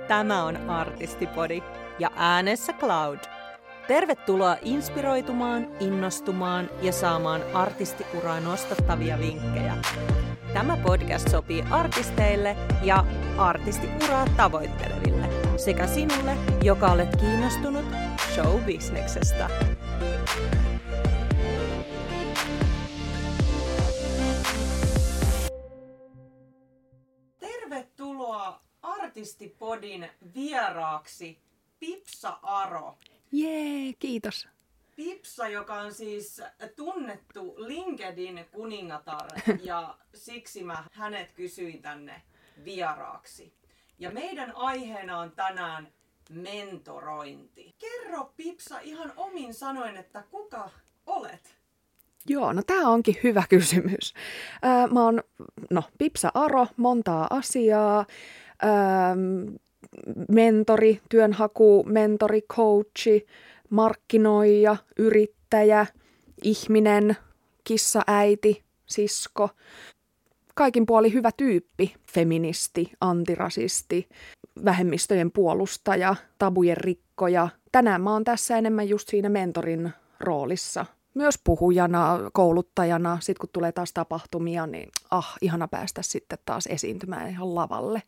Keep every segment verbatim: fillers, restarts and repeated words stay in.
Tämä on Artistipodi ja äänessä Cloud. Tervetuloa inspiroitumaan, innostumaan ja saamaan artistiuraa nostattavia vinkkejä. Tämä podcast sopii artisteille ja artistiuraa tavoitteleville sekä sinulle, joka olet kiinnostunut showbisneksestä. Tervetuloa Artistipodin vieraaksi Pipsa Aro. Jee, kiitos. Pipsa, joka on siis tunnettu LinkedIn kuningatar ja siksi mä hänet kysyin tänne vieraaksi. Ja meidän aiheena on tänään mentorointi. Kerro Pipsa ihan omin sanoin, että kuka olet? Joo, no tää onkin hyvä kysymys. Ää, mä oon, no, Pipsa Aro, montaa asiaa. Ää, mentori, työnhaku, mentori, coachi, markkinoija, yrittäjä, ihminen, kissa, äiti, sisko. Kaikin puoli hyvä tyyppi, feministi, antirasisti, vähemmistöjen puolustaja, tabujen rikkoja. Tänään mä oon tässä enemmän just siinä mentorin roolissa. Myös puhujana, kouluttajana, sit kun tulee taas tapahtumia, niin ah, ihana päästä sitten taas esiintymään ihan lavalle.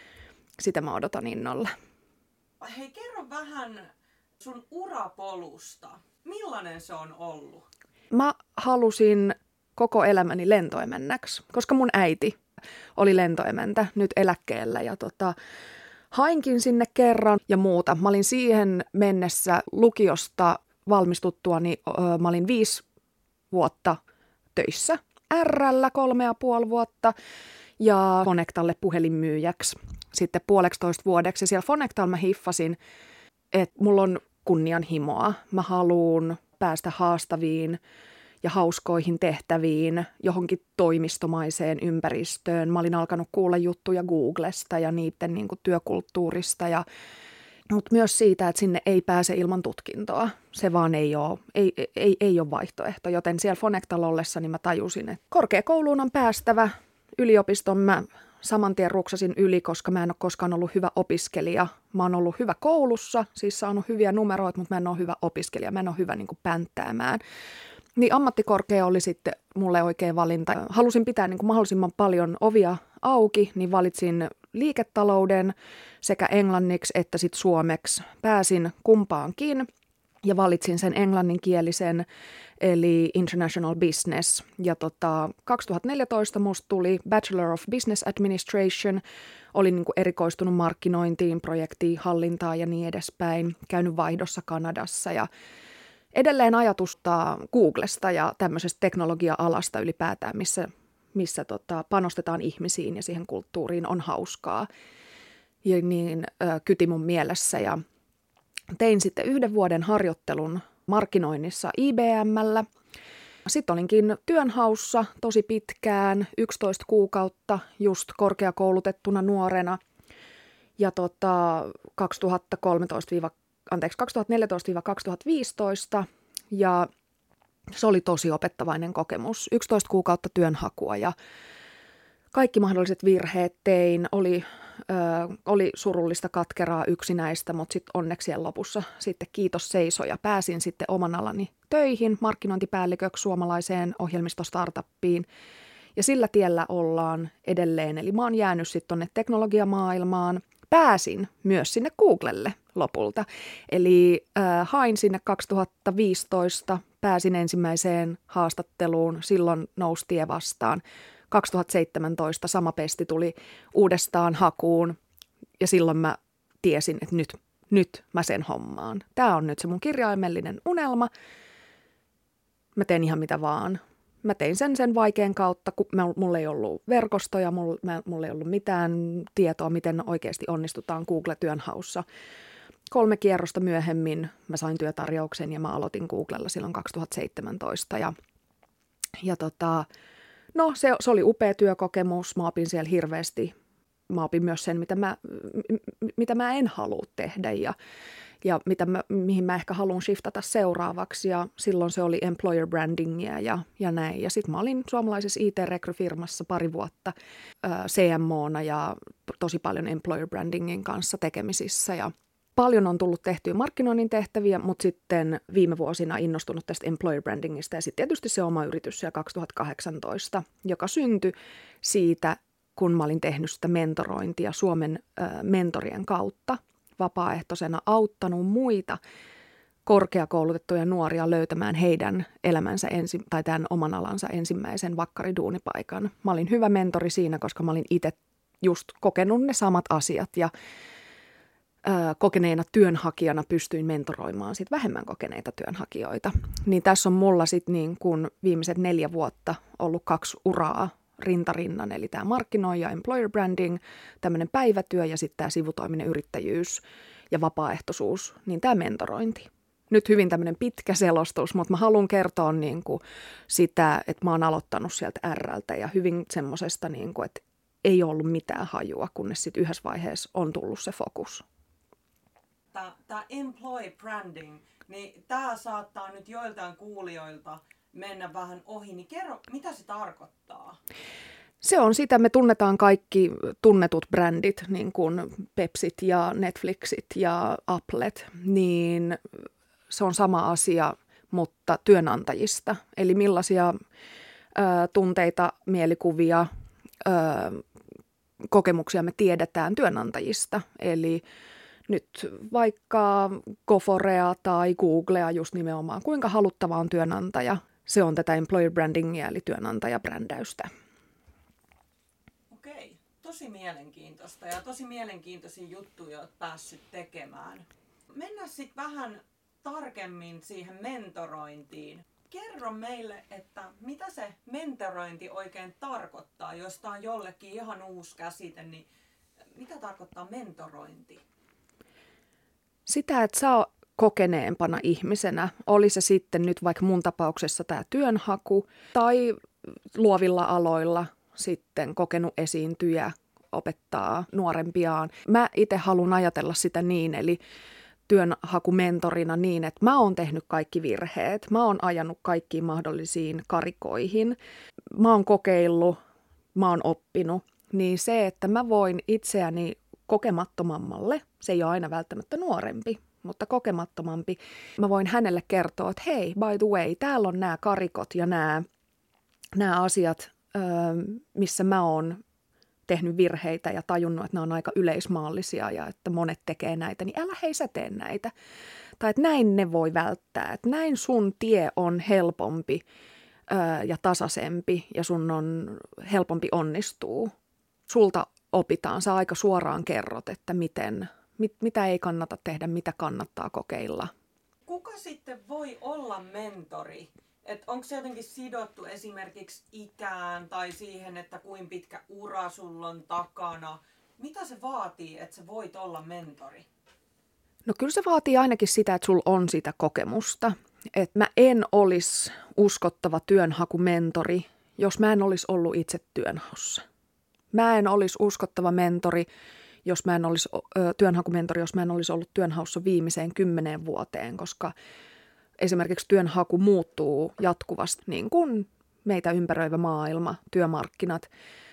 Sitä mä odotan innolla. Hei, kerro vähän sun urapolusta. Millainen se on ollut? Mä halusin koko elämäni lentoemännäksi, koska mun äiti oli lentoemäntä nyt eläkkeellä ja tota, hainkin sinne kerran ja muuta. Mä olin siihen mennessä lukiosta valmistuttua, niin öö, mä olin viisi vuotta töissä. R:llä kolme ja puoli vuotta ja Fonectalle puhelinmyyjäksi sitten puoleksitoista vuodeksi. Ja siellä Fonectalla mä hiffasin, että mulla on kunnianhimoa. Mä haluun päästä haastaviin ja hauskoihin tehtäviin, johonkin toimistomaiseen ympäristöön. Mä olin alkanut kuulla juttuja Googlesta ja niiden niin kuin työkulttuurista, ja, mutta myös siitä, että sinne ei pääse ilman tutkintoa. Se vaan ei ole, ei, ei, ei ole vaihtoehto, joten siellä Fonectalla ollessa niin mä tajusin, että korkeakouluun on päästävä. Yliopiston mä saman tien ruksasin yli, koska mä en ole koskaan ollut hyvä opiskelija. Mä oon ollut hyvä koulussa, siis saanut hyviä numeroita, mutta mä en ole hyvä opiskelija. Mä en ole hyvä niin kuin pänttäämään. Niin ammattikorkea oli sitten mulle oikea valinta. Halusin pitää niin kuin mahdollisimman paljon ovia auki, niin valitsin liiketalouden sekä englanniksi että sit suomeksi. Pääsin kumpaankin ja valitsin sen englanninkielisen, eli International Business. Ja tota, kaksituhattaneljätoista musta tuli Bachelor of Business Administration. Olin niin kuin erikoistunut markkinointiin, projektiin, hallintaan ja niin edespäin. Käynyt vaihdossa Kanadassa ja edelleen ajatusta Googlesta ja tämmöisestä teknologia-alasta ylipäätään, missä, missä tota, panostetaan ihmisiin ja siihen kulttuuriin on hauskaa. Ja niin ö, kyti mun mielessä ja tein sitten yhden vuoden harjoittelun markkinoinnissa I B M:llä. Sitten olinkin työnhaussa tosi pitkään, yksitoista kuukautta just korkeakoulutettuna nuorena. Ja tota, kaksituhattakolmetoista anteeksi, kaksituhattaneljätoista kaksituhattaviisitoista ja se oli tosi opettavainen kokemus. yksitoista kuukautta työnhakua ja kaikki mahdolliset virheet tein. Oli, ö, oli surullista katkeraa yksinäistä, mutta sitten onneksi siellä lopussa sitten kiitos seisoi ja pääsin sitten oman alani töihin markkinointipäälliköksi suomalaiseen ohjelmistostartuppiin. Ja sillä tiellä ollaan edelleen. Eli mä oon jäänyt sitten tonne teknologiamaailmaan. Pääsin myös sinne Googlelle lopulta. Eli äh, hain sinne kaksituhattaviisitoista, pääsin ensimmäiseen haastatteluun, silloin nousi tie vastaan. kaksituhattaseitsemäntoista sama pesti tuli uudestaan hakuun ja silloin mä tiesin, että nyt, nyt mä sen hommaan. Tää on nyt se mun kirjaimellinen unelma. Mä teen ihan mitä vaan. Mä tein sen sen vaikean kautta, kun mulla ei ollut verkostoja, mulla, mulla ei ollut mitään tietoa, miten oikeasti onnistutaan Google-työnhaussa. Kolme kierrosta myöhemmin mä sain työtarjouksen ja mä aloitin Googlella silloin kaksituhattaseitsemäntoista. Ja, ja tota, no se, se oli upea työkokemus, mä opin siellä hirveästi. Mä opin myös sen, mitä mä, mitä mä en halua tehdä ja, ja mitä mä, mihin mä ehkä haluan shiftata seuraavaksi. Ja silloin se oli employer brandingia ja, ja näin. Ja sitten mä olin suomalaisessa I T-rekryfirmassa pari vuotta ää, C M O:na ja tosi paljon employer brandingin kanssa tekemisissä. Ja paljon on tullut tehtyä markkinoinnin tehtäviä, mutta sitten viime vuosina innostunut tästä employer brandingista. Ja sitten tietysti se oma yritys siellä kaksituhattakahdeksantoista, joka syntyi siitä, kun mä olin tehnyt sitä mentorointia Suomen ää, mentorien kautta. Vapaaehtoisena auttanut muita korkeakoulutettuja nuoria löytämään heidän elämänsä ensi, tai tämän oman alansa ensimmäisen vakkariduunipaikan. Mä olin hyvä mentori siinä, koska mä olin itse just kokenut ne samat asiat ja ää, kokeneena työnhakijana pystyin mentoroimaan sit vähemmän kokeneita työnhakijoita. Niin tässä on mulla sitten niin kun viimeiset neljä vuotta ollut kaksi uraa rintarinnan, eli tämä markkinoija, employer branding, tämmöinen päivätyö ja sitten tämä sivutoiminen yrittäjyys ja vapaaehtoisuus, niin tämä mentorointi. Nyt hyvin tämmöinen pitkä selostus, mutta mä haluan kertoa niin kuin sitä, että mä oon aloittanut sieltä R:ltä ja hyvin semmoisesta, niin kuin, että ei ollut mitään hajua, kunnes sitten yhdessä vaiheessa on tullut se fokus. Tämä employee branding, niin tämä saattaa nyt joiltain kuulijoilta mennä vähän ohi, niin kerro, mitä se tarkoittaa? Se on sitä, me tunnetaan kaikki tunnetut brändit, niin kuin Pepsit ja Netflixit ja Applet, niin se on sama asia, mutta työnantajista. Eli millaisia ö, tunteita, mielikuvia, ö, kokemuksia me tiedetään työnantajista. Eli nyt vaikka Goforea tai Googlea just nimenomaan, kuinka haluttava on työnantaja. Se on tätä employer brandingia, eli työnantajabrändäystä. Okei, tosi mielenkiintoista ja tosi mielenkiintoisia juttuja olet päässyt tekemään. Mennään sitten vähän tarkemmin siihen mentorointiin. Kerro meille, että mitä se mentorointi oikein tarkoittaa, jos tämä on jollekin ihan uusi käsite, niin mitä tarkoittaa mentorointi? Sitä, että sä kokeneempana ihmisenä, oli se sitten nyt vaikka mun tapauksessa tämä työnhaku tai luovilla aloilla sitten kokenut esiintyjä opettaa nuorempiaan. Mä itse haluan ajatella sitä niin, eli työnhakumentorina niin, että mä oon tehnyt kaikki virheet, mä oon ajanut kaikkiin mahdollisiin karikoihin, mä oon kokeillut, mä oon oppinut, niin se, että mä voin itseäni kokemattomammalle, se ei ole aina välttämättä nuorempi, mutta kokemattomampi, mä voin hänelle kertoa, että hei, by the way, täällä on nämä karikot ja nämä, nämä asiat, missä mä oon tehnyt virheitä ja tajunnut, että ne on aika yleismaallisia ja että monet tekee näitä, niin älä hei sä tee näitä. Tai että näin ne voi välttää, että näin sun tie on helpompi ja tasaisempi ja sun on helpompi onnistuu. Sulta opitaan, sä aika suoraan kerrot, että miten, mit, mitä ei kannata tehdä, mitä kannattaa kokeilla. Kuka sitten voi olla mentori? Että onko se jotenkin sidottu esimerkiksi ikään tai siihen, että kuinka pitkä ura sulla on takana? Mitä se vaatii, että sä voit olla mentori? No kyllä se vaatii ainakin sitä, että sulla on sitä kokemusta. Että mä en olisi uskottava työnhakumentori, jos mä en olisi ollut itse työnhaussa. Mä en olisi uskottava mentori, jos mä en olisi, ö, työnhakumentori, jos mä en olisi ollut työnhaussa viimeiseen kymmeneen vuoteen, koska esimerkiksi työnhaku muuttuu jatkuvasti niin kuin meitä ympäröivä maailma, työmarkkinat.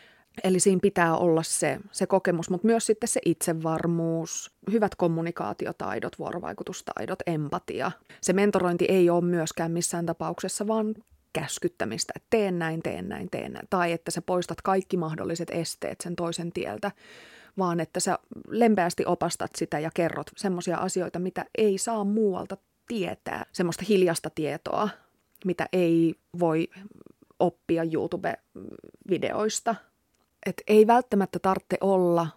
Eli siinä pitää olla se, se kokemus, mutta myös sitten se itsevarmuus, hyvät kommunikaatiotaidot, vuorovaikutustaidot, empatia. Se mentorointi ei ole myöskään missään tapauksessa vaan käskyttämistä, että teen näin, teen näin, teen näin. Tai että sä poistat kaikki mahdolliset esteet sen toisen tieltä, vaan että sä lempeästi opastat sitä ja kerrot semmoisia asioita, mitä ei saa muualta tietää. Semmoista hiljasta tietoa, mitä ei voi oppia YouTube-videoista. Et ei välttämättä tarvitse olla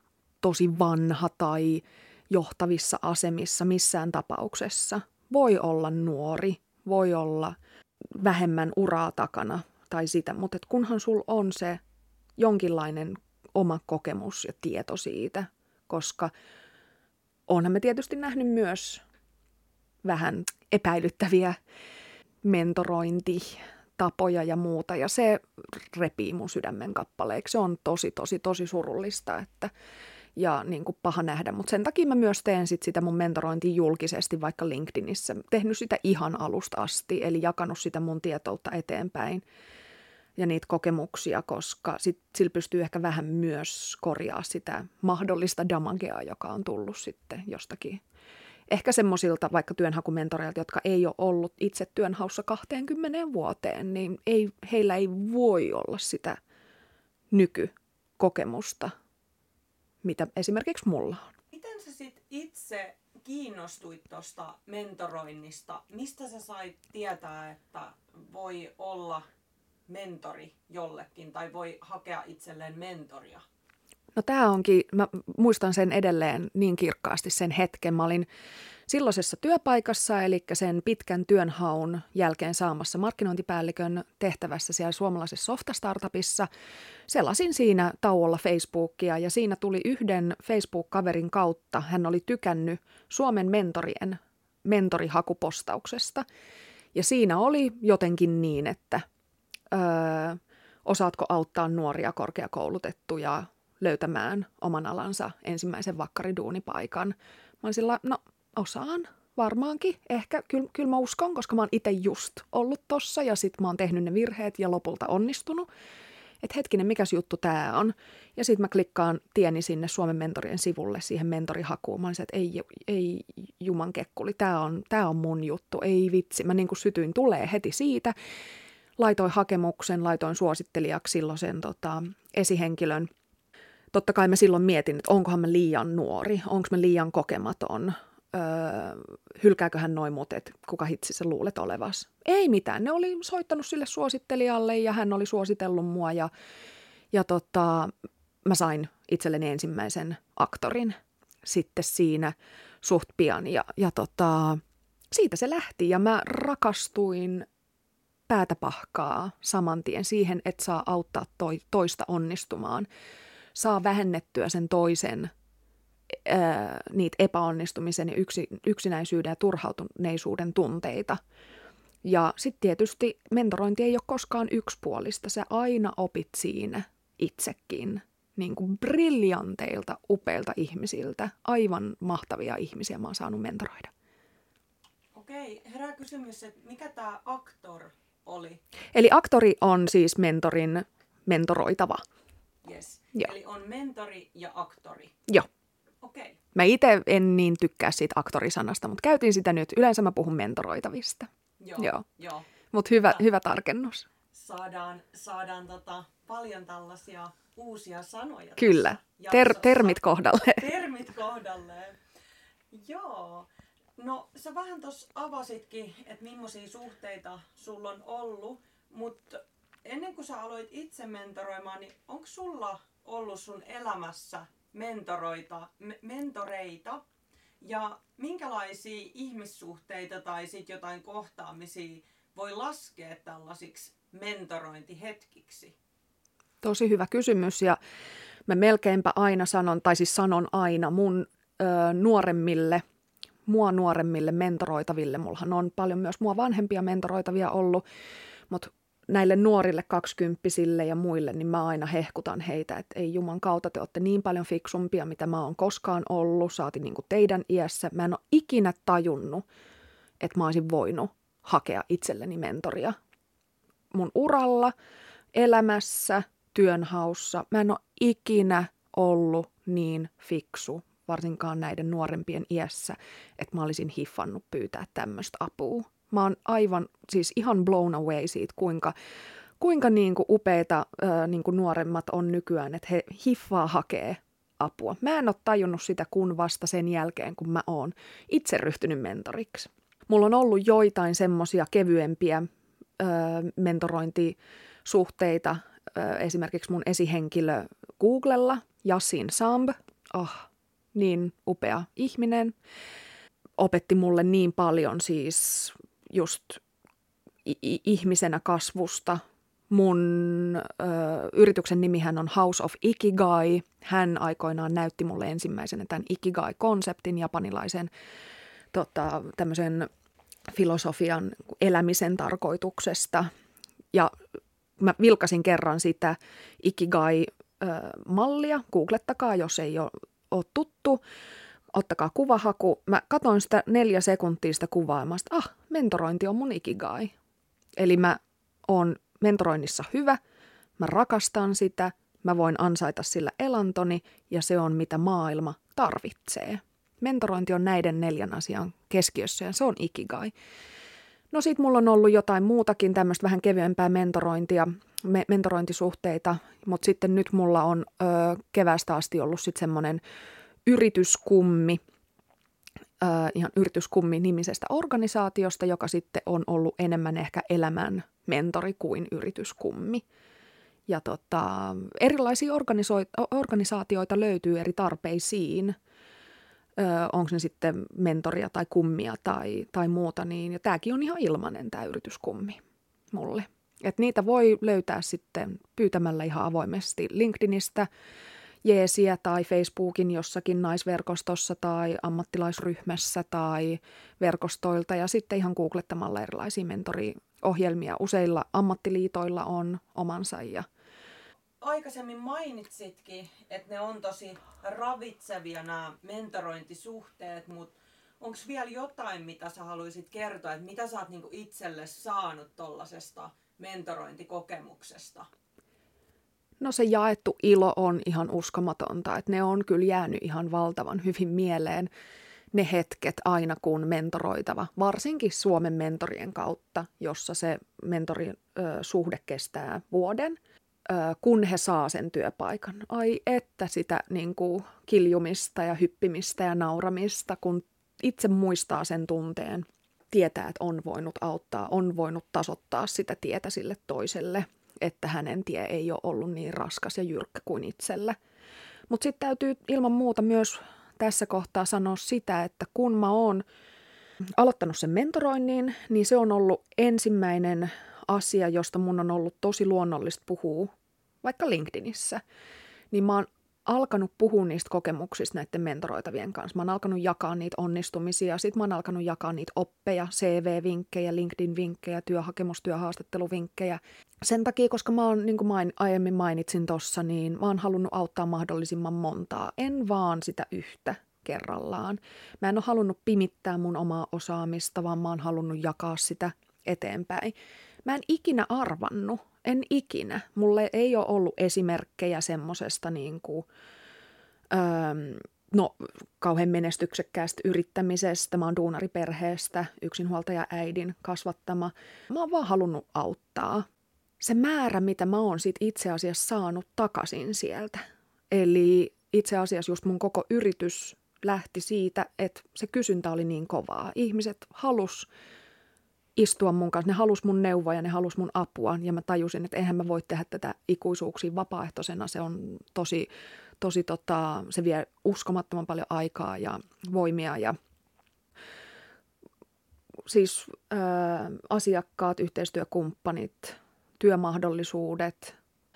tosi vanha tai johtavissa asemissa missään tapauksessa. Voi olla nuori, voi olla vähemmän uraa takana tai sitä, mutta kunhan sul on se jonkinlainen oma kokemus ja tieto siitä, koska onhan me tietysti nähnyt myös vähän epäilyttäviä mentorointitapoja ja muuta, ja se repii mun sydämen kappaleeksi. Se on tosi, tosi, tosi surullista, että ja niin kuin paha nähdä. Mutta sen takia mä myös teen sit sitä mun mentorointia julkisesti vaikka LinkedInissä. Tehnyt sitä ihan alusta asti, eli jakanut sitä mun tietoutta eteenpäin ja niitä kokemuksia, koska sit sillä pystyy ehkä vähän myös korjaa sitä mahdollista damagea, joka on tullut sitten jostakin. Ehkä semmoisilta vaikka työnhakumentoreilta, jotka ei ole ollut itse työnhaussa kaksikymmentä vuoteen, niin ei, heillä ei voi olla sitä nykykokemusta, mitä esimerkiksi mulla on. Miten sä sit itse kiinnostuit tuosta mentoroinnista? Mistä sä sait tietää, että voi olla mentori jollekin tai voi hakea itselleen mentoria? No tämä onkin, mä muistan sen edelleen niin kirkkaasti sen hetken. Mä olin silloisessa työpaikassa, eli sen pitkän työnhaun jälkeen saamassa markkinointipäällikön tehtävässä siellä suomalaisessa softastartupissa. Selasin siinä tauolla Facebookia ja siinä tuli yhden Facebook-kaverin kautta. Hän oli tykännyt Suomen mentorien mentorihakupostauksesta. Ja siinä oli jotenkin niin, että öö, osaatko auttaa nuoria korkeakoulutettuja löytämään oman alansa ensimmäisen vakkariduunipaikan. Mä olin sillä, no osaan varmaankin, ehkä, kyllä, kyllä mä uskon, koska mä oon itse just ollut tossa ja sit mä oon tehnyt ne virheet ja lopulta onnistunut. Että hetkinen, mikäs juttu tää on? Ja sit mä klikkaan tieni sinne Suomen mentorien sivulle siihen mentorihakuun. Mä olin että ei, ei juman kekkuli, tää on, tää on mun juttu, ei vitsi. Mä niin kuin sytyin tulee heti siitä. Laitoin hakemuksen, laitoin suosittelijaksi silloisen tota, esihenkilön. Totta kai mä silloin mietin, että onkohan mä liian nuori, onko mä liian kokematon, öö, hylkääkö hän noin mut, että kuka hitsi sä luulet olevas. Ei mitään, ne oli soittanut sille suosittelijalle ja hän oli suositellut mua ja, ja tota, mä sain itselleni ensimmäisen aktorin sitten siinä suht pian ja, ja tota, siitä se lähti ja mä rakastuin päätä pahkaa saman tien siihen, että saa auttaa toi, toista onnistumaan. Saa vähennettyä sen toisen ää, niitä epäonnistumisen ja yksi, yksinäisyyden ja turhautuneisuuden tunteita. Ja sitten tietysti mentorointi ei ole koskaan yksipuolista. Sä aina opit siinä itsekin niin kuin briljanteilta, upeilta ihmisiltä. Aivan mahtavia ihmisiä mä oon saanut mentoroida. Okei, herää kysymys, että mikä tämä aktor oli? Eli aktori on siis mentorin mentoroitava. Yes. Joo. Eli on mentori ja aktori. Joo. Okei. Mä itse en niin tykkää siitä aktorisanasta, mutta käytin sitä nyt. Yleensä mä puhun mentoroitavista. Joo. Joo. Joo. Mutta hyvä, hyvä tarkennus. Saadaan, saadaan tota, paljon tällaisia uusia sanoja. Kyllä. Ter- termit kohdalleen. Termit kohdalleen. Joo. No sä vähän tuossa avasitkin, että millaisia suhteita sulla on ollut, mutta ennen kuin sä aloit itse mentoroimaan, niin onko sulla ollut sun elämässä mentoroita, me- mentoreita ja minkälaisia ihmissuhteita tai sit jotain kohtaamisia voi laskea tällaisiksi mentorointihetkiksi? Tosi hyvä kysymys ja mä melkeinpä aina sanon, tai siis sanon aina mun ö, nuoremmille, mua nuoremmille mentoroitaville. Mullahan on paljon myös mua vanhempia mentoroitavia ollut, mutta näille nuorille kaksikymppisille ja muille, niin mä aina hehkutan heitä, että ei juman kautta, te olette niin paljon fiksumpia, mitä mä oon koskaan ollut, saati niin kuin teidän iässä. Mä en ole ikinä tajunnut, että mä olisin voinut hakea itselleni mentoria mun uralla, elämässä, työnhaussa. Mä en ole ikinä ollut niin fiksu, varsinkaan näiden nuorempien iässä, että mä olisin hiffannut pyytää tämmöistä apua. Mä oon aivan siis ihan blown away siitä, kuinka, kuinka niin kuin upeita ää, niin kuin nuoremmat on nykyään, että he hiffaa hakee apua. Mä en ole tajunnut sitä kun vasta sen jälkeen, kun mä oon itse ryhtynyt mentoriksi. Mulla on ollut joitain semmoisia kevyempiä ää, mentorointisuhteita, ää, esimerkiksi mun esihenkilö Googlella, Yasin Samb, oh, niin upea ihminen, opetti mulle niin paljon siis just i- ihmisenä kasvusta. Mun ö, yrityksen nimihän on House of Ikigai. Hän aikoinaan näytti mulle ensimmäisenä tämän Ikigai-konseptin, japanilaisen tota, tämmöisen filosofian elämisen tarkoituksesta. Ja mä vilkasin kerran sitä Ikigai-mallia. Googlettakaa, jos ei ole ole tuttu, ottakaa kuvahaku. Mä katoin sitä neljä sekuntia sitä kuvaamasta. Ah, mentorointi on mun ikigai. Eli mä oon mentoroinnissa hyvä, mä rakastan sitä, mä voin ansaita sillä elantoni ja se on mitä maailma tarvitsee. Mentorointi on näiden neljän asian keskiössä ja se on ikigai. No sit mulla on ollut jotain muutakin tämmöistä vähän kevyempää mentorointia, me- mentorointisuhteita, mutta sitten nyt mulla on ö, keväästä asti ollut sitten semmoinen yrityskummi, ö, ihan yrityskummi nimisestä organisaatiosta, joka sitten on ollut enemmän ehkä elämän mentori kuin yrityskummi. Ja tota, erilaisia organiso- organisaatioita löytyy eri tarpeisiin. Öö, onko ne sitten mentoria tai kummia tai, tai muuta, niin ja tämäkin on ihan ilmainen tämä yrityskummi mulle. Et niitä voi löytää sitten pyytämällä ihan avoimesti LinkedInistä jeesiä tai Facebookin jossakin naisverkostossa tai ammattilaisryhmässä tai verkostoilta ja sitten ihan googlettamalla erilaisia mentoriohjelmia. Useilla ammattiliitoilla on omansa ja aikaisemmin mainitsitkin, että ne on tosi ravitsevia nämä mentorointisuhteet, mutta onko vielä jotain, mitä sä haluaisit kertoa, että mitä sä oot niinku itselle saanut tollasesta mentorointikokemuksesta? No se jaettu ilo on ihan uskomatonta, että ne on kyllä jäänyt ihan valtavan hyvin mieleen ne hetket aina kun mentoroitava, varsinkin Suomen mentorien kautta, jossa se mentorin ö, suhde kestää vuoden, kun he saa sen työpaikan. Ai että sitä niin kuin kiljumista ja hyppimistä ja nauramista, kun itse muistaa sen tunteen, tietää, että on voinut auttaa, on voinut tasoittaa sitä tietä sille toiselle, että hänen tie ei ole ollut niin raskas ja jyrkkä kuin itsellä. Mutta sitten täytyy ilman muuta myös tässä kohtaa sanoa sitä, että kun mä oon aloittanut sen mentoroinnin, niin se on ollut ensimmäinen asia, josta mun on ollut tosi luonnollista puhua, vaikka LinkedInissä, niin mä oon alkanut puhua niistä kokemuksista näiden mentoroitavien kanssa. Mä oon alkanut jakaa niitä onnistumisia, sit mä oon alkanut jakaa niitä oppeja, C V-vinkkejä, LinkedIn-vinkkejä, työhakemus-, työhaastatteluvinkkejä. Sen takia, koska mä oon, niin kuin main, aiemmin mainitsin tossa, niin mä oon halunnut auttaa mahdollisimman montaa, en vaan sitä yhtä kerrallaan. Mä en ole halunnut pimittää mun omaa osaamista, vaan mä oon halunnut jakaa sitä eteenpäin. Mä en ikinä arvannut, en ikinä. Mulle ei ole ollut esimerkkejä semmosesta niin kuin, öö, no, kauhean menestyksekkäästä yrittämisestä. Mä oon duunariperheestä, yksinhuoltaja äidin kasvattama. Mä oon vaan halunnut auttaa. Se määrä, mitä mä oon sit itse asiassa saanut takaisin sieltä. Eli itse asiassa just mun koko yritys lähti siitä, että se kysyntä oli niin kovaa. Ihmiset halus istua mun kanssa, ne halus mun neuvoa ja ne halus mun apua ja mä tajusin, että eihän mä voi tehdä tätä ikuisuuksiin vapaaehtoisena. Se on tosi, tosi tota, se vie uskomattoman paljon aikaa ja voimia ja siis ää, asiakkaat, yhteistyökumppanit, työmahdollisuudet,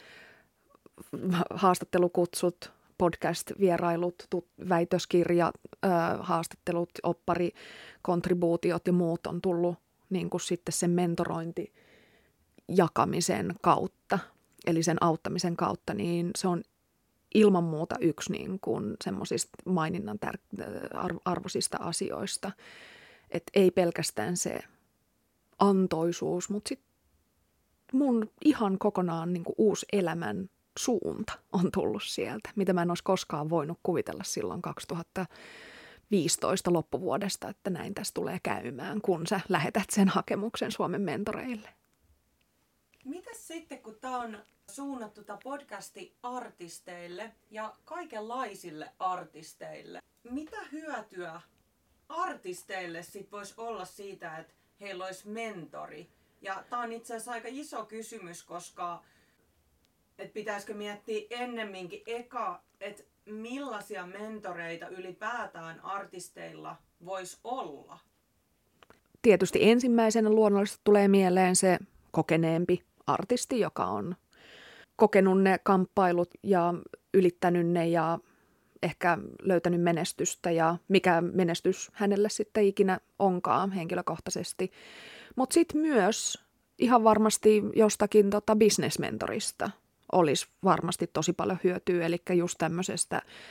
haastattelukutsut, podcast-vierailut, väitöskirja, ää, haastattelut, oppari, kontribuutiot ja muut on tullut niin kuin sitten sen mentorointi jakamisen kautta, eli sen auttamisen kautta, niin se on ilman muuta yksi niin kuin semmoisista maininnan tär- arvoisista asioista. Että ei pelkästään se antoisuus, mutta sitten mun ihan kokonaan niin kuin uusi elämän suunta on tullut sieltä, mitä mä en olisi koskaan voinut kuvitella silloin kaksituhattaviisitoista loppuvuodesta, että näin tässä tulee käymään, kun sä lähetät sen hakemuksen Suomen mentoreille. Mitäs sitten, kun tää on suunnattu tää podcasti artisteille ja kaikenlaisille artisteille, mitä hyötyä artisteille sit voisi olla siitä, että heillä olisi mentori? Ja tää on itse asiassa aika iso kysymys, koska et pitäisikö miettiä ennemminkin eka, että millaisia mentoreita ylipäätään artisteilla voisi olla? Tietysti ensimmäisenä luonnollisesti tulee mieleen se kokeneempi artisti, joka on kokenut ne kamppailut ja ylittänyt ne ja ehkä löytänyt menestystä ja mikä menestys hänelle sitten ikinä onkaan henkilökohtaisesti. Mutta sitten myös ihan varmasti jostakin tota business-mentorista olisi varmasti tosi paljon hyötyä, eli just tämmöisestä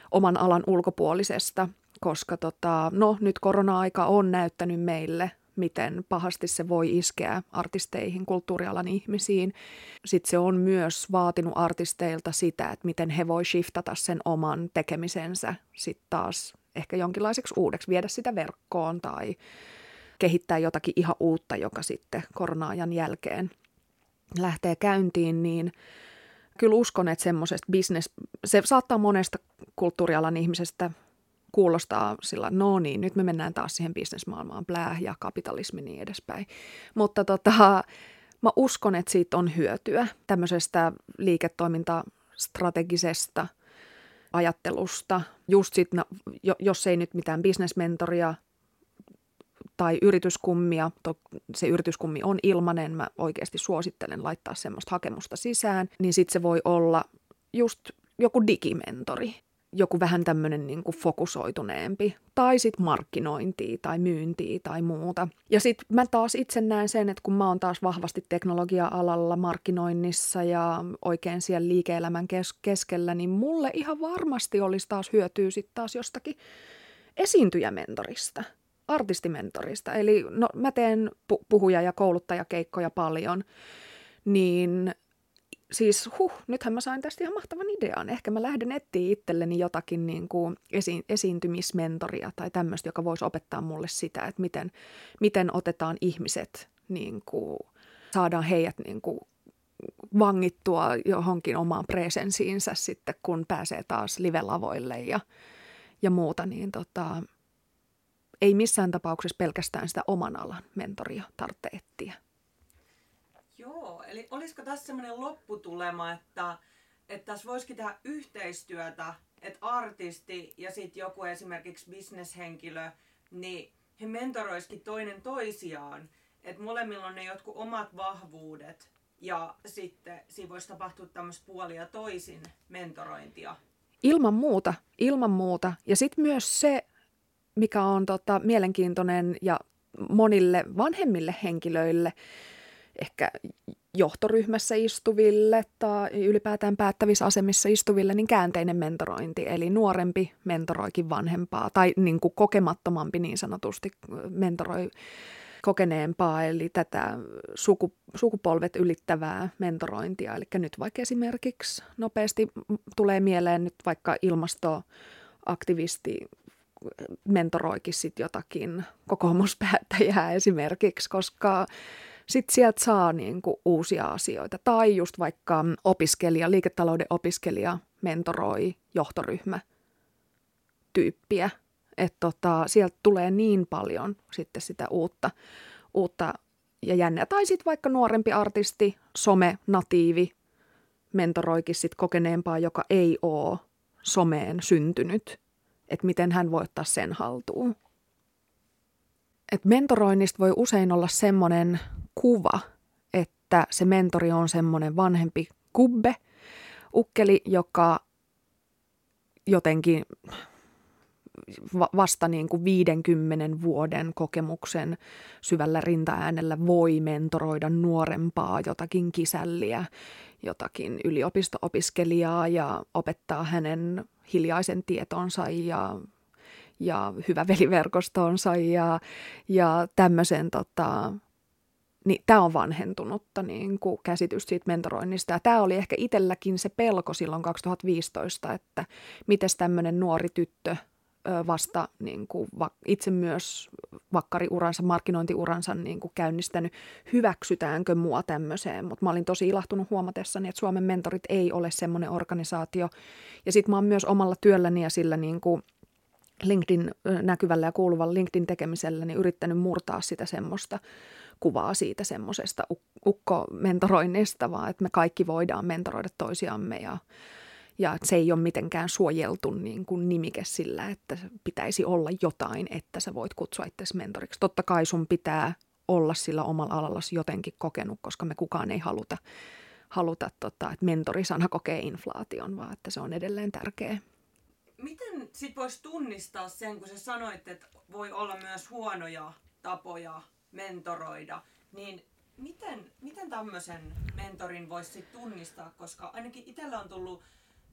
oman alan ulkopuolisesta, koska tota, no, nyt korona-aika on näyttänyt meille, miten pahasti se voi iskeä artisteihin, kulttuurialan ihmisiin. Sitten se on myös vaatinut artisteilta sitä, että miten he voi shiftata sen oman tekemisensä sitten taas ehkä jonkinlaiseksi uudeksi, viedä sitä verkkoon tai kehittää jotakin ihan uutta, joka sitten korona-ajan jälkeen lähtee käyntiin, niin kyllä uskon, että semmoisesta business, se saattaa monesta kulttuurialan ihmisestä kuulostaa sillä, no niin, nyt me mennään taas siihen bisnesmaailmaan, blää ja kapitalismi niin edespäin. Mutta tota, mä uskon, että siitä on hyötyä tämmöisestä liiketoimintastrategisesta ajattelusta. Just sit, no, jos ei nyt mitään bisnesmentoria tai yrityskummia, to, se yrityskummi on ilmainen, mä oikeasti suosittelen laittaa semmoista hakemusta sisään, niin sitten se voi olla just joku digimentori. Joku vähän tämmöinen niin kuin fokusoituneempi, tai sitten markkinointia tai myyntiä tai muuta. Ja sitten mä taas itse näen sen, että kun mä oon taas vahvasti teknologia-alalla, markkinoinnissa ja oikein siellä liike-elämän kes- keskellä, niin mulle ihan varmasti olisi taas hyötyä sitten taas jostakin esiintyjämentorista, artistimentorista. Eli no, mä teen pu- puhuja- ja kouluttajakeikkoja paljon, niin siis huh, nythän mä sain tästä ihan mahtavan idean. Ehkä mä lähden etsiä itselleni jotakin niin kuin esi- esiintymismentoria tai tämmöistä, joka voisi opettaa mulle sitä, että miten, miten otetaan ihmiset, niin kuin, saadaan heidät niin kuin vangittua johonkin omaan presensiinsä sitten, kun pääsee taas live-lavoille ja, ja muuta, niin tota, ei missään tapauksessa pelkästään sitä oman alan mentoria tarvitse etsiä. Joo, eli olisiko tässä semmoinen lopputulema, että, että tässä voisikin tehdä yhteistyötä, että artisti ja sitten joku esimerkiksi bisneshenkilö, niin he mentoroisikin toinen toisiaan, että molemmilla on ne jotkut omat vahvuudet ja sitten siinä voisi tapahtua tämmöistä puoli ja toisin mentorointia. Ilman muuta, ilman muuta. Ja sitten myös se, mikä on tota, mielenkiintoinen ja monille vanhemmille henkilöille, ehkä johtoryhmässä istuville tai ylipäätään päättävissä asemissa istuville, niin käänteinen mentorointi. Eli nuorempi mentoroikin vanhempaa tai niin kuin kokemattomampi niin sanotusti mentoroi kokeneempaa, eli tätä suku, sukupolvet ylittävää mentorointia. Eli nyt vaikka esimerkiksi nopeasti tulee mieleen nyt vaikka ilmastoaktivisti mentoroikin sit jotakin kokoomuspäättäjää esimerkiksi, koska sitten sieltä saa niinku uusia asioita. Tai just vaikka opiskelija, liiketalouden opiskelija mentoroi johtoryhmä tyyppiä. Että tota, sieltä tulee niin paljon sitten sitä uutta, uutta ja jännää. Tai sitten vaikka nuorempi artisti, some-natiivi mentoroikin sit kokeneempaa, joka ei ole someen syntynyt. Että miten hän voi ottaa sen haltuun. Et mentoroinnista voi usein olla semmoinen kuva, että se mentori on semmoinen vanhempi kubbe, ukkeli, joka jotenkin vasta niin kuin viidenkymmenen vuoden kokemuksen syvällä rintaäänellä voi mentoroida nuorempaa jotakin kisälliä, jotakin yliopisto-opiskelijaa ja opettaa hänen hiljaisen tietonsa ja ja hyvä veliverkostonsa ja, ja tämmöisen, tota, niin tämä on vanhentunutta niin kuin käsitys siitä mentoroinnista. Ja tämä oli ehkä itselläkin se pelko silloin kaksituhattaviisitoista, että miten tämmöinen nuori tyttö vasta niin kuin itse myös vakkariuransa, markkinointiuransa niin kuin käynnistänyt, hyväksytäänkö mua tämmöiseen. Mutta mä olin tosi ilahtunut huomatessani, että Suomen mentorit ei ole semmoinen organisaatio. Ja sitten mä oon myös omalla työlläni ja sillä niin kuin LinkedIn näkyvällä ja kuuluvalla LinkedIn tekemisellä niin yrittänyt murtaa sitä semmoista kuvaa siitä semmoisesta ukko-mentoroinnista, vaan että me kaikki voidaan mentoroida toisiamme ja, ja se ei ole mitenkään suojeltu niin kuin nimike sillä, että pitäisi olla jotain, että sä voit kutsua itsesi mentoriksi. Totta kai sun pitää olla sillä omalla alallasi jotenkin kokenut, koska me kukaan ei haluta, haluta tota, että mentorisana kokee inflaation, vaan että se on edelleen tärkeä. Miten sit voisi tunnistaa sen, kun sä sanoit, että voi olla myös huonoja tapoja mentoroida, niin miten, miten tämmöisen mentorin voisi sit tunnistaa, koska ainakin itsellä on tullut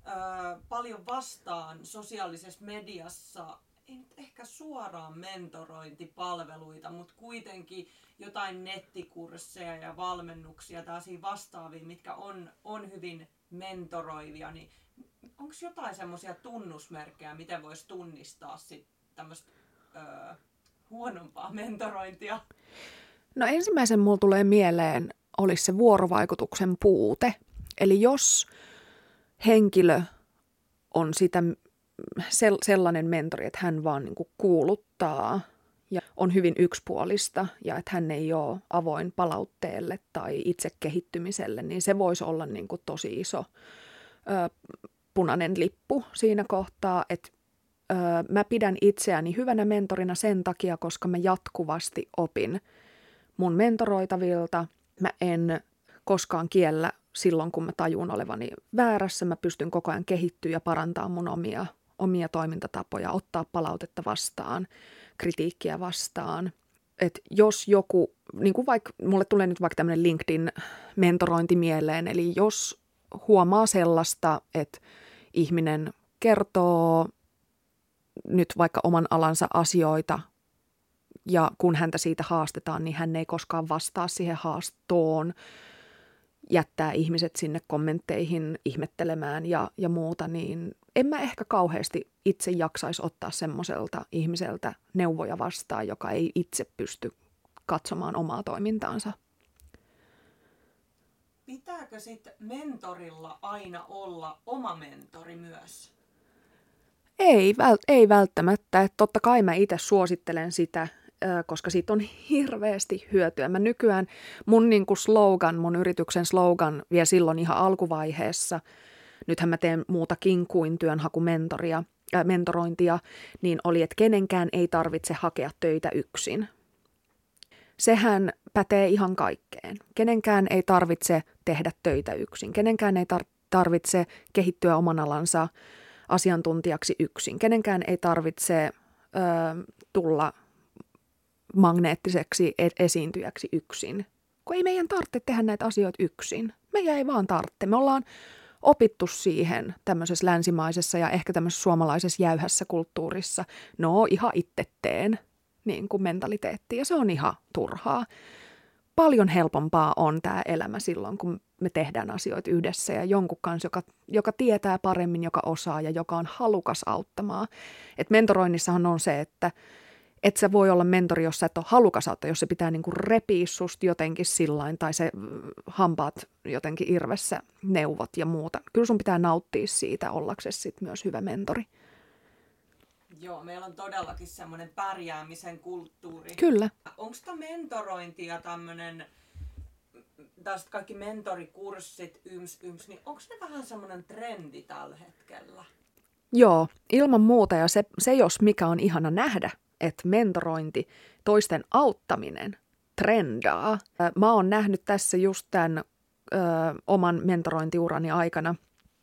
ö, paljon vastaan sosiaalisessa mediassa, ei nyt ehkä suoraan mentorointipalveluita, mutta kuitenkin jotain nettikursseja ja valmennuksia, tällaisia vastaavia, mitkä on, on hyvin mentoroivia, niin onko jotain semmoisia tunnusmerkkejä, miten voisi tunnistaa sit tämmöistä ö, huonompaa mentorointia? No ensimmäisen mulla tulee mieleen olisi se vuorovaikutuksen puute. Eli jos henkilö on sitä sellainen mentori, että hän vaan niin kuin kuuluttaa ja on hyvin yksipuolista ja että hän ei ole avoin palautteelle tai itse kehittymiselle, niin se voisi olla niin kuin tosi iso ö, punainen lippu siinä kohtaa, että ö, mä pidän itseäni hyvänä mentorina sen takia, koska mä jatkuvasti opin mun mentoroitavilta. Mä en koskaan kiellä silloin, kun mä tajun olevani väärässä. Mä pystyn koko ajan kehittyä ja parantaa mun omia, omia toimintatapoja, ottaa palautetta vastaan, kritiikkiä vastaan. Et jos joku, niin kuin vaikka, mulle tulee nyt vaikka tämmöinen LinkedIn-mentorointi mieleen, eli jos huomaa sellaista, että ihminen kertoo nyt vaikka oman alansa asioita, ja kun häntä siitä haastetaan, niin hän ei koskaan vastaa siihen haastoon, jättää ihmiset sinne kommentteihin ihmettelemään ja, ja muuta, niin en mä ehkä kauheasti itse jaksaisi ottaa semmoiselta ihmiseltä neuvoja vastaan, joka ei itse pysty katsomaan omaa toimintaansa. Pitääkö sitten mentorilla aina olla oma mentori myös? Ei, vält- ei välttämättä. Että totta kai mä itse suosittelen sitä, koska siitä on hirveästi hyötyä. Mä nykyään mun niin kuin slogan, mun yrityksen slogan vielä silloin ihan alkuvaiheessa, nythän mä teen muutakin kuin työnhakumentoria, äh, mentorointia, niin oli, että kenenkään ei tarvitse hakea töitä yksin. Sehän pätee ihan kaikkeen. Kenenkään ei tarvitse tehdä töitä yksin. Kenenkään ei tar- tarvitse kehittyä oman alansa asiantuntijaksi yksin. Kenenkään ei tarvitse ö, tulla magneettiseksi esiintyjäksi yksin, kun ei meidän tarvitse tehdä näitä asioita yksin. Meidän ei vaan tarvitse. Me ollaan opittu siihen tämmöisessä länsimaisessa ja ehkä tämmöisessä suomalaisessa jäyhässä kulttuurissa. No, ihan itse teen niin kuin mentaliteetti, ja se on ihan turhaa. Paljon helpompaa on tämä elämä silloin, kun me tehdään asioita yhdessä ja jonkun kanssa, joka, joka tietää paremmin, joka osaa ja joka on halukas auttamaan. Et mentoroinnissahan on se, että et sä voi olla mentori, jos sä et ole halukas auttaa, jos se pitää niinku repiä susta jotenkin sillain tai se hampaat jotenkin irvessä neuvot ja muuta. Kyllä sun pitää nauttia siitä ollaksesi sit myös hyvä mentori. Joo, meillä on todellakin semmoinen pärjäämisen kulttuuri. Kyllä. Onko tämä mentorointi ja tämmöinen, tästä kaikki mentorikurssit, yms, yms, niin onko ne vähän semmoinen trendi tällä hetkellä? Joo, ilman muuta, ja se, se jos mikä on ihana nähdä, että mentorointi, toisten auttaminen trendaa. Mä oon nähnyt tässä just tämän ö, oman mentorointiurani aikana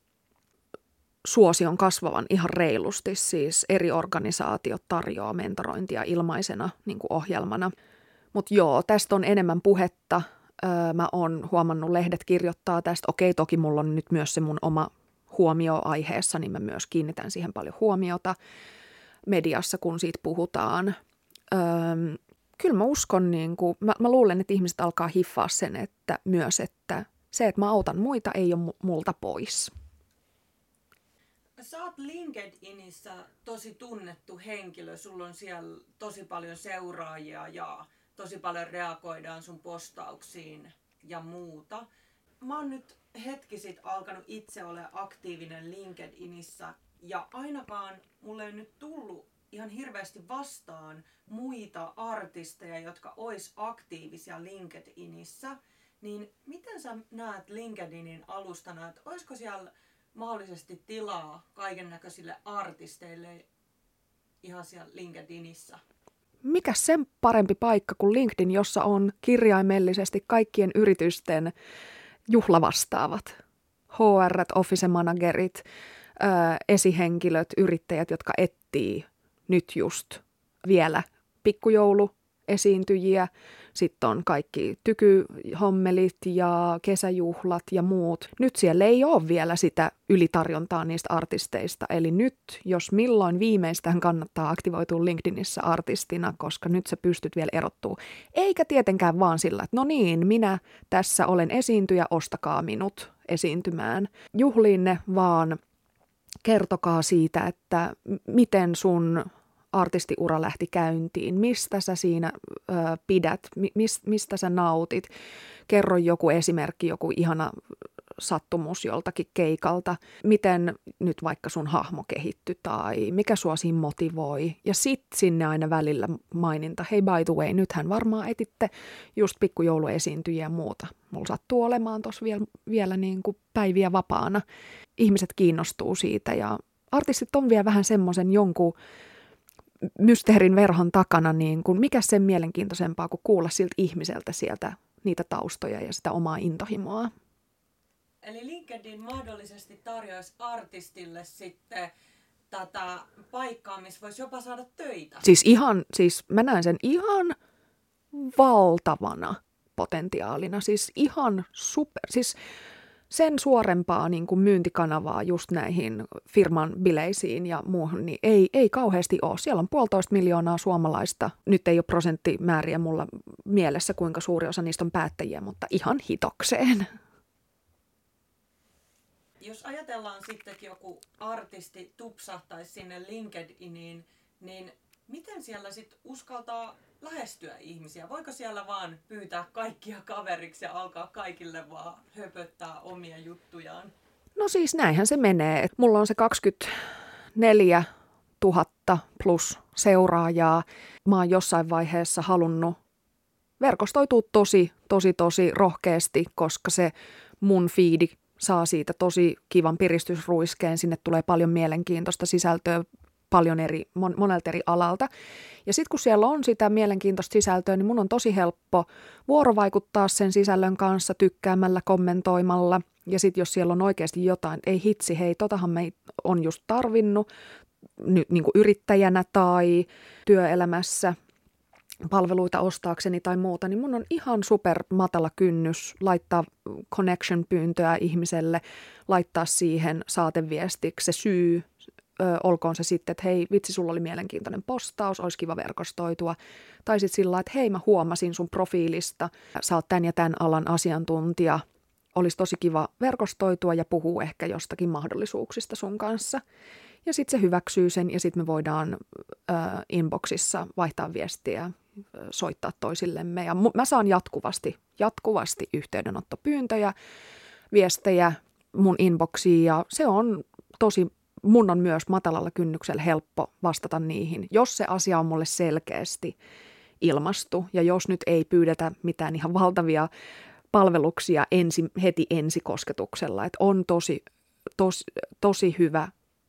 suosion kasvavan ihan reilusti, siis eri organisaatiot tarjoaa mentorointia ilmaisena niin kuin ohjelmana. Mutta joo, tästä on enemmän puhetta. Öö, mä oon huomannut, lehdet kirjoittaa tästä. Okei, toki mulla on nyt myös se mun oma huomio aiheessa, niin mä myös kiinnitän siihen paljon huomiota mediassa, kun siitä puhutaan. Öö, kyllä mä uskon, niin kuin, mä, mä luulen, että ihmiset alkaa hiffaa sen, että myös, että se, että mä autan muita, ei ole multa pois. Sä oot LinkedInissä tosi tunnettu henkilö, sulla on siellä tosi paljon seuraajia ja tosi paljon reagoidaan sun postauksiin ja muuta. Mä oon nyt hetki sitten alkanut itse olla aktiivinen LinkedInissä ja ainakaan mulle ei nyt tullut ihan hirveästi vastaan muita artisteja, jotka ois aktiivisia LinkedInissä. Niin miten sä näet LinkedInin alustana, että olisiko siellä mahdollisesti tilaa kaiken näköisille artisteille ihan siellä LinkedInissä? Mikä sen parempi paikka kuin LinkedIn, jossa on kirjaimellisesti kaikkien yritysten juhlavastaavat. H R, office managerit, ää, esihenkilöt, yrittäjät, jotka etsii nyt just vielä pikkujouluesiintyjiä, sitten on kaikki tykyhommelit ja kesäjuhlat ja muut. Nyt siellä ei ole vielä sitä ylitarjontaa niistä artisteista. Eli nyt, jos milloin viimeistään kannattaa aktivoitua LinkedInissä artistina, koska nyt sä pystyt vielä erottua. Eikä tietenkään vaan sillä, että no niin, minä tässä olen esiintyjä, ostakaa minut esiintymään. Juhliinne, vaan kertokaa siitä, että miten sun artistiura lähti käyntiin, mistä sä siinä ö, pidät, mis, mistä sä nautit. Kerro joku esimerkki, joku ihana sattumus joltakin keikalta, miten nyt vaikka sun hahmo kehittyi tai mikä sua siinä motivoi. Ja sit sinne aina välillä maininta, hei by the way, nythän varmaan etitte just pikkujouluesiintyjiä ja muuta. Mulla sattuu olemaan tossa vielä, vielä niin kuin päiviä vapaana. Ihmiset kiinnostuu siitä ja artistit on vielä vähän semmoisen jonkun mysteerin verhon takana, niin kuin mikä sen mielenkiintoisempaa kuin kuulla siltä ihmiseltä sieltä niitä taustoja ja sitä omaa intohimoa. Eli LinkedIn mahdollisesti tarjoaisi artistille sitten tätä paikkaa, missä voisi jopa saada töitä. Siis ihan, siis mä näen sen ihan valtavana potentiaalina, siis ihan super, siis sen suorempaa niin kuin myyntikanavaa just näihin firman bileisiin ja muuhun, niin ei, ei kauheasti ole. Siellä on puolitoista miljoonaa suomalaista. Nyt ei ole prosenttimääriä mulla mielessä, kuinka suuri osa niistä on päättäjiä, mutta ihan hitokseen. Jos ajatellaan sitten, että joku artisti tupsahtaisi sinne LinkedIniin, niin miten siellä sitten uskaltaa lähestyä ihmisiä? Voiko siellä vaan pyytää kaikkia kaveriksi ja alkaa kaikille vaan höpöttää omia juttujaan? No siis näinhän se menee. Mulla on se kaksikymmentäneljä tuhatta plus seuraajaa. Mä oon jossain vaiheessa halunnut verkostoitua tosi, tosi, tosi rohkeasti, koska se mun fiidi saa siitä tosi kivan piristysruiskeen. Sinne tulee paljon mielenkiintoista sisältöä paljon eri, mon, monelta eri alalta. Ja sitten kun siellä on sitä mielenkiintoista sisältöä, niin mun on tosi helppo vuorovaikuttaa sen sisällön kanssa tykkäämällä, kommentoimalla. Ja sitten jos siellä on oikeasti jotain, ei hitsi, hei, totahan me on just tarvinnut nyt niin kuin yrittäjänä tai työelämässä palveluita ostaakseni tai muuta, niin mun on ihan super matala kynnys laittaa connection-pyyntöä ihmiselle, laittaa siihen saateviestiksi se syy, ö, olkoon se sitten, että hei, vitsi, sulla oli mielenkiintoinen postaus, olisi kiva verkostoitua. Tai sitten sillä lailla, että hei, mä huomasin sun profiilista, sä oot tämän ja tämän alan asiantuntija, olisi tosi kiva verkostoitua ja puhua ehkä jostakin mahdollisuuksista sun kanssa. Ja sitten se hyväksyy sen ja sitten me voidaan ö, inboxissa vaihtaa viestiä, soittaa toisillemme. Ja mä saan jatkuvasti, jatkuvasti yhteydenottopyyntöjä, viestejä mun inboxiin ja se on tosi, mun on myös matalalla kynnyksellä helppo vastata niihin, jos se asia on mulle selkeästi ilmastu ja jos nyt ei pyydetä mitään ihan valtavia palveluksia ensi, heti ensikosketuksella, että on tosi, tosi, tosi hyvä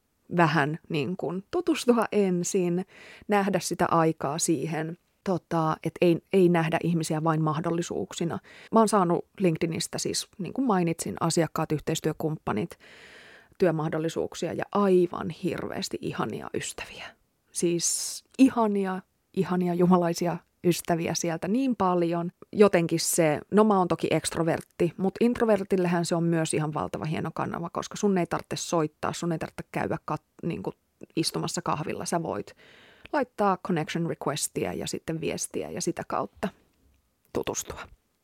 vähän niin kuin tutustua ensin, nähdä sitä aikaa siihen, tota, että ei, ei nähdä ihmisiä vain mahdollisuuksina. Mä oon saanut LinkedInistä siis, niin kuin mainitsin, asiakkaat, yhteistyökumppanit, työmahdollisuuksia ja aivan hirveästi ihania ystäviä. Siis ihania, ihania jumalaisia ystäviä sieltä niin paljon. Jotenkin se, no mä oon toki ekstrovertti, mutta introvertillehän se on myös ihan valtava hieno kanava, koska sun ei tarvitse soittaa, sun ei tarvitse käydä kat- niin kuin istumassa kahvilla. Sä voit laittaa connection requestia ja sitten viestiä ja sitä kautta tutustua.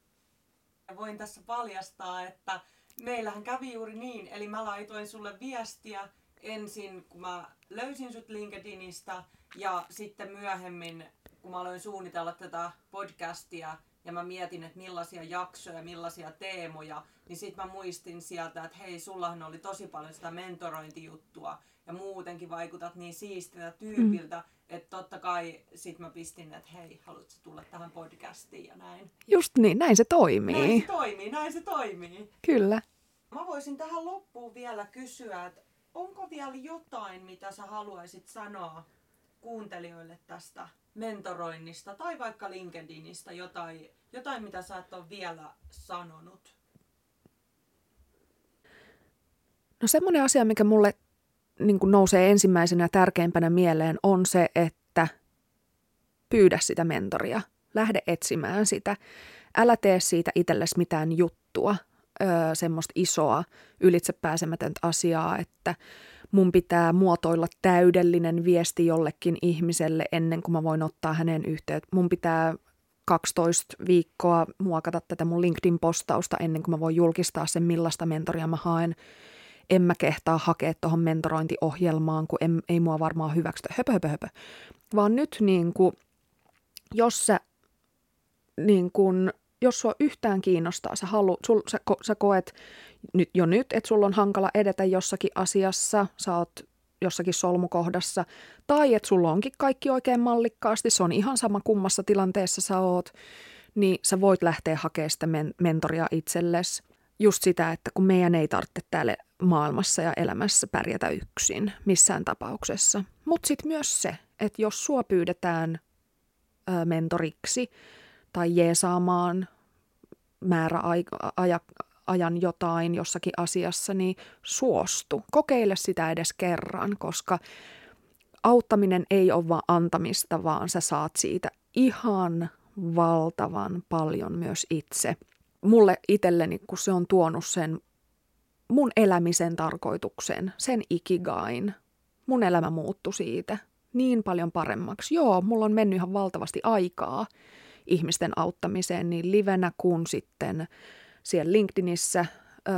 Voin tässä paljastaa, että meillähän kävi juuri niin, eli mä laitoin sulle viestiä ensin, kun mä löysin sut LinkedInistä ja sitten myöhemmin, kun mä aloin suunnitella tätä podcastia ja mä mietin, että millaisia jaksoja, millaisia teemoja, niin sit mä muistin sieltä, että hei, sullahan oli tosi paljon sitä mentorointijuttua ja muutenkin vaikutat niin siistiltä tyypiltä, mm. että totta kai sit mä pistin, että hei, haluatko tulla tähän podcastiin ja näin. Just niin, näin se toimii. Näin se toimii, näin se toimii. Kyllä. Mä voisin tähän loppuun vielä kysyä, että onko vielä jotain, mitä sä haluaisit sanoa kuuntelijoille tästä mentoroinnista tai vaikka LinkedInistä, jotain, jotain mitä sä et ole vielä sanonut? No semmoinen asia, mikä mulle niin kuin nousee ensimmäisenä ja tärkeimpänä mieleen on se, että pyydä sitä mentoria. Lähde etsimään sitä. Älä tee siitä itsellesi mitään juttua, öö, semmoista isoa, ylitsepääsemätöntä asiaa, että mun pitää muotoilla täydellinen viesti jollekin ihmiselle ennen kuin mä voin ottaa hänen yhteyttä. Mun pitää kaksitoista viikkoa muokata tätä mun LinkedIn-postausta ennen kuin mä voin julkistaa sen, millaista mentoria mä haen. En mä kehtaa hakea tuohon mentorointiohjelmaan, kun en, ei mua varmaan hyväksytä. Höpö, höpö, höpö. Vaan nyt niin kuin, jos sä, niin kuin, jos sua yhtään kiinnostaa, sä, halu, sul, sä, ko, sä koet nyt, jo nyt, että sulla on hankala edetä jossakin asiassa, sä oot jossakin solmukohdassa, tai että sulla onkin kaikki oikein mallikkaasti, se on ihan sama kummassa tilanteessa sä oot, niin sä voit lähteä hakemaan sitä men- mentoria itsellesi. Just sitä, että kun meidän ei tarvitse täällä maailmassa ja elämässä pärjätä yksin missään tapauksessa. Mutta sitten myös se, että jos sua pyydetään ö, mentoriksi tai jeesaamaan määräajan jotain jossakin asiassa, niin suostu. Kokeile sitä edes kerran, koska auttaminen ei ole vaan antamista, vaan sä saat siitä ihan valtavan paljon myös itse. Mulle itselleni, kun se on tuonut sen mun elämisen tarkoituksen, sen ikigain, mun elämä muuttui siitä niin paljon paremmaksi. Joo, mulla on mennyt ihan valtavasti aikaa ihmisten auttamiseen niin livenä kuin sitten siellä LinkedInissä öö,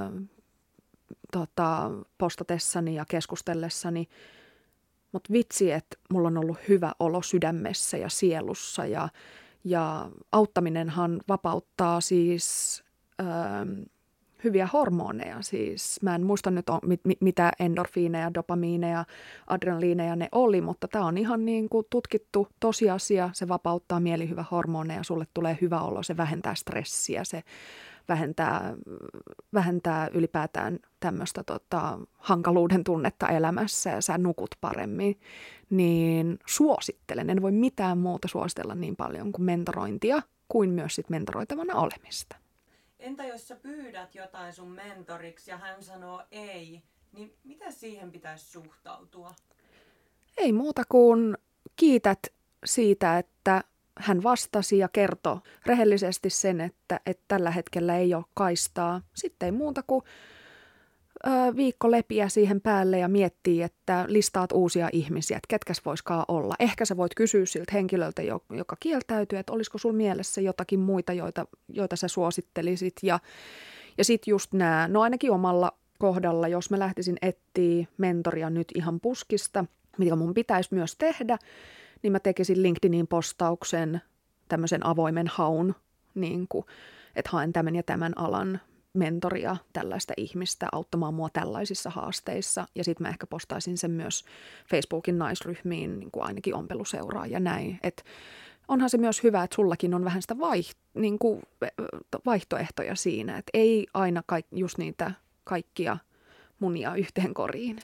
tota, postatessani ja keskustellessani. Mutta vitsi, että mulla on ollut hyvä olo sydämessä ja sielussa ja, ja auttaminenhan vapauttaa siis öö, hyviä hormoneja. Siis mä en muista nyt on, mit, mitä endorfiineja, dopamiineja, adrenaliineja ne oli, mutta tämä on ihan niin kuin tutkittu tosiasia. Se vapauttaa mielihyvähormoneja, sulle tulee hyvä olo, se vähentää stressiä, se vähentää, vähentää ylipäätään tämmöistä tota, hankaluuden tunnetta elämässä ja sä nukut paremmin. Niin suosittelen, en voi mitään muuta suositella niin paljon kuin mentorointia, kuin myös sit mentoroitavana olemista. Entä jos sä pyydät jotain sun mentoriksi ja hän sanoo ei, niin miten siihen pitäisi suhtautua? Ei muuta kuin kiität siitä, että hän vastasi ja kertoi rehellisesti sen, että, että tällä hetkellä ei ole kaistaa. Sitten ei muuta kuin ö, viikko lepiä siihen päälle ja miettii, että listaat uusia ihmisiä, että ketkäs voiskaan olla. Ehkä sä voit kysyä siltä henkilöltä, joka kieltäytyy, että olisiko sulla mielessä jotakin muita, joita, joita sä suosittelisit. Ja, ja sitten just nämä, no ainakin omalla kohdalla, jos mä lähtisin etsiä mentoria nyt ihan puskista, mitä mun pitäisi myös tehdä, niin mä tekisin LinkedInin postauksen, tämmöisen avoimen haun, niin kuin, että haen tämän ja tämän alan mentoria, tällaista ihmistä auttamaan mua tällaisissa haasteissa. Ja sitten mä ehkä postaisin sen myös Facebookin naisryhmiin, niin kuin ainakin ompeluseuraa ja näin. Et onhan se myös hyvä, että sullakin on vähän sitä vaiht- niin kuin vaihtoehtoja siinä, että ei aina kaik- just niitä kaikkia munia yhteen koriin.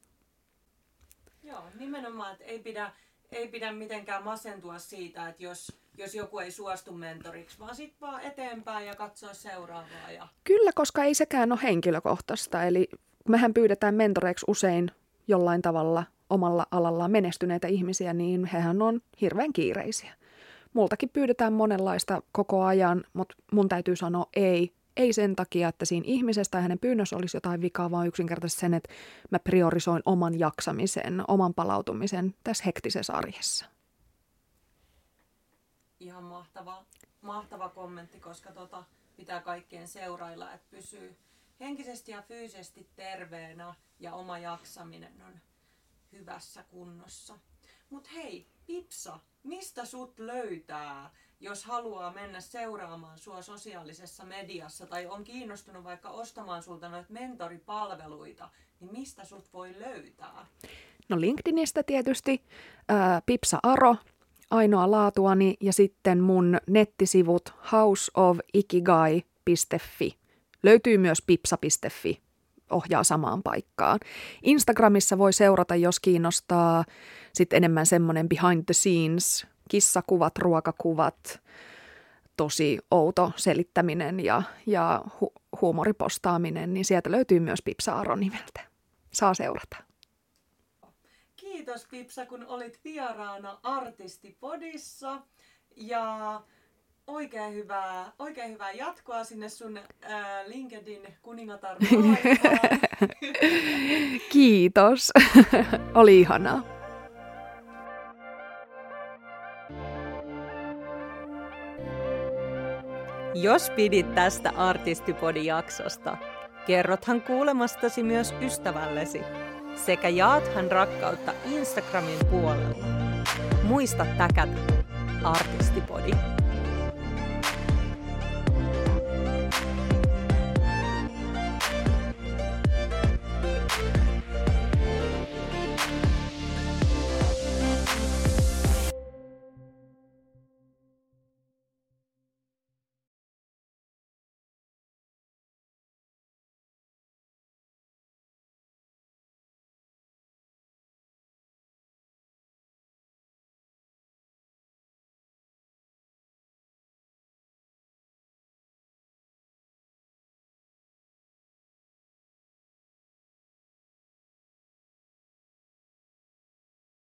Joo, nimenomaan, että ei pidä, ei pidä mitenkään masentua siitä, että jos, jos joku ei suostu mentoriksi, vaan sitten vaan eteenpäin ja katsoa seuraavaa. Ja... Kyllä, koska ei sekään ole henkilökohtaista. Eli mehän pyydetään mentoreiksi usein jollain tavalla omalla alallaan menestyneitä ihmisiä, niin hehän on hirveän kiireisiä. Multakin pyydetään monenlaista koko ajan, mutta mun täytyy sanoa ei. Ei sen takia, että siinä ihmisessä tai hänen pyynnössä olisi jotain vikaa, vaan yksinkertaisesti sen, että mä priorisoin oman jaksamisen, oman palautumisen tässä hektisessä arjessa. Ihan mahtava, mahtava kommentti, koska tota pitää kaikkien seurailla, että pysyy henkisesti ja fyysisesti terveenä ja oma jaksaminen on hyvässä kunnossa. Mut hei, Pipsa, mistä sut löytää, jos haluaa mennä seuraamaan sua sosiaalisessa mediassa tai on kiinnostunut vaikka ostamaan sulta noita mentoripalveluita, niin mistä sut voi löytää? No LinkedInistä tietysti, ää, Pipsa Aro, ainoa laatuani, ja sitten mun nettisivut house of ikigai piste fi. Löytyy myös pipsa piste fi, ohjaa samaan paikkaan. Instagramissa voi seurata, jos kiinnostaa sitten enemmän semmoinen behind the scenes, kissakuvat, ruokakuvat, tosi outo selittäminen ja, ja hu- huumoripostaaminen, niin sieltä löytyy myös Pipsa Aro nimeltä. Saa seurata. Kiitos Pipsa, kun olit vieraana Artistipodissa. Ja oikein hyvää, oikein hyvää jatkoa sinne sun ää, LinkedIn kuningatar maailmaan. Kiitos. Oli ihanaa. Jos pidit tästä Artistipodi-jaksosta, kerrothan kuulemastasi myös ystävällesi sekä jaathan rakkautta Instagramin puolella. Muista täkätä Artistipodi.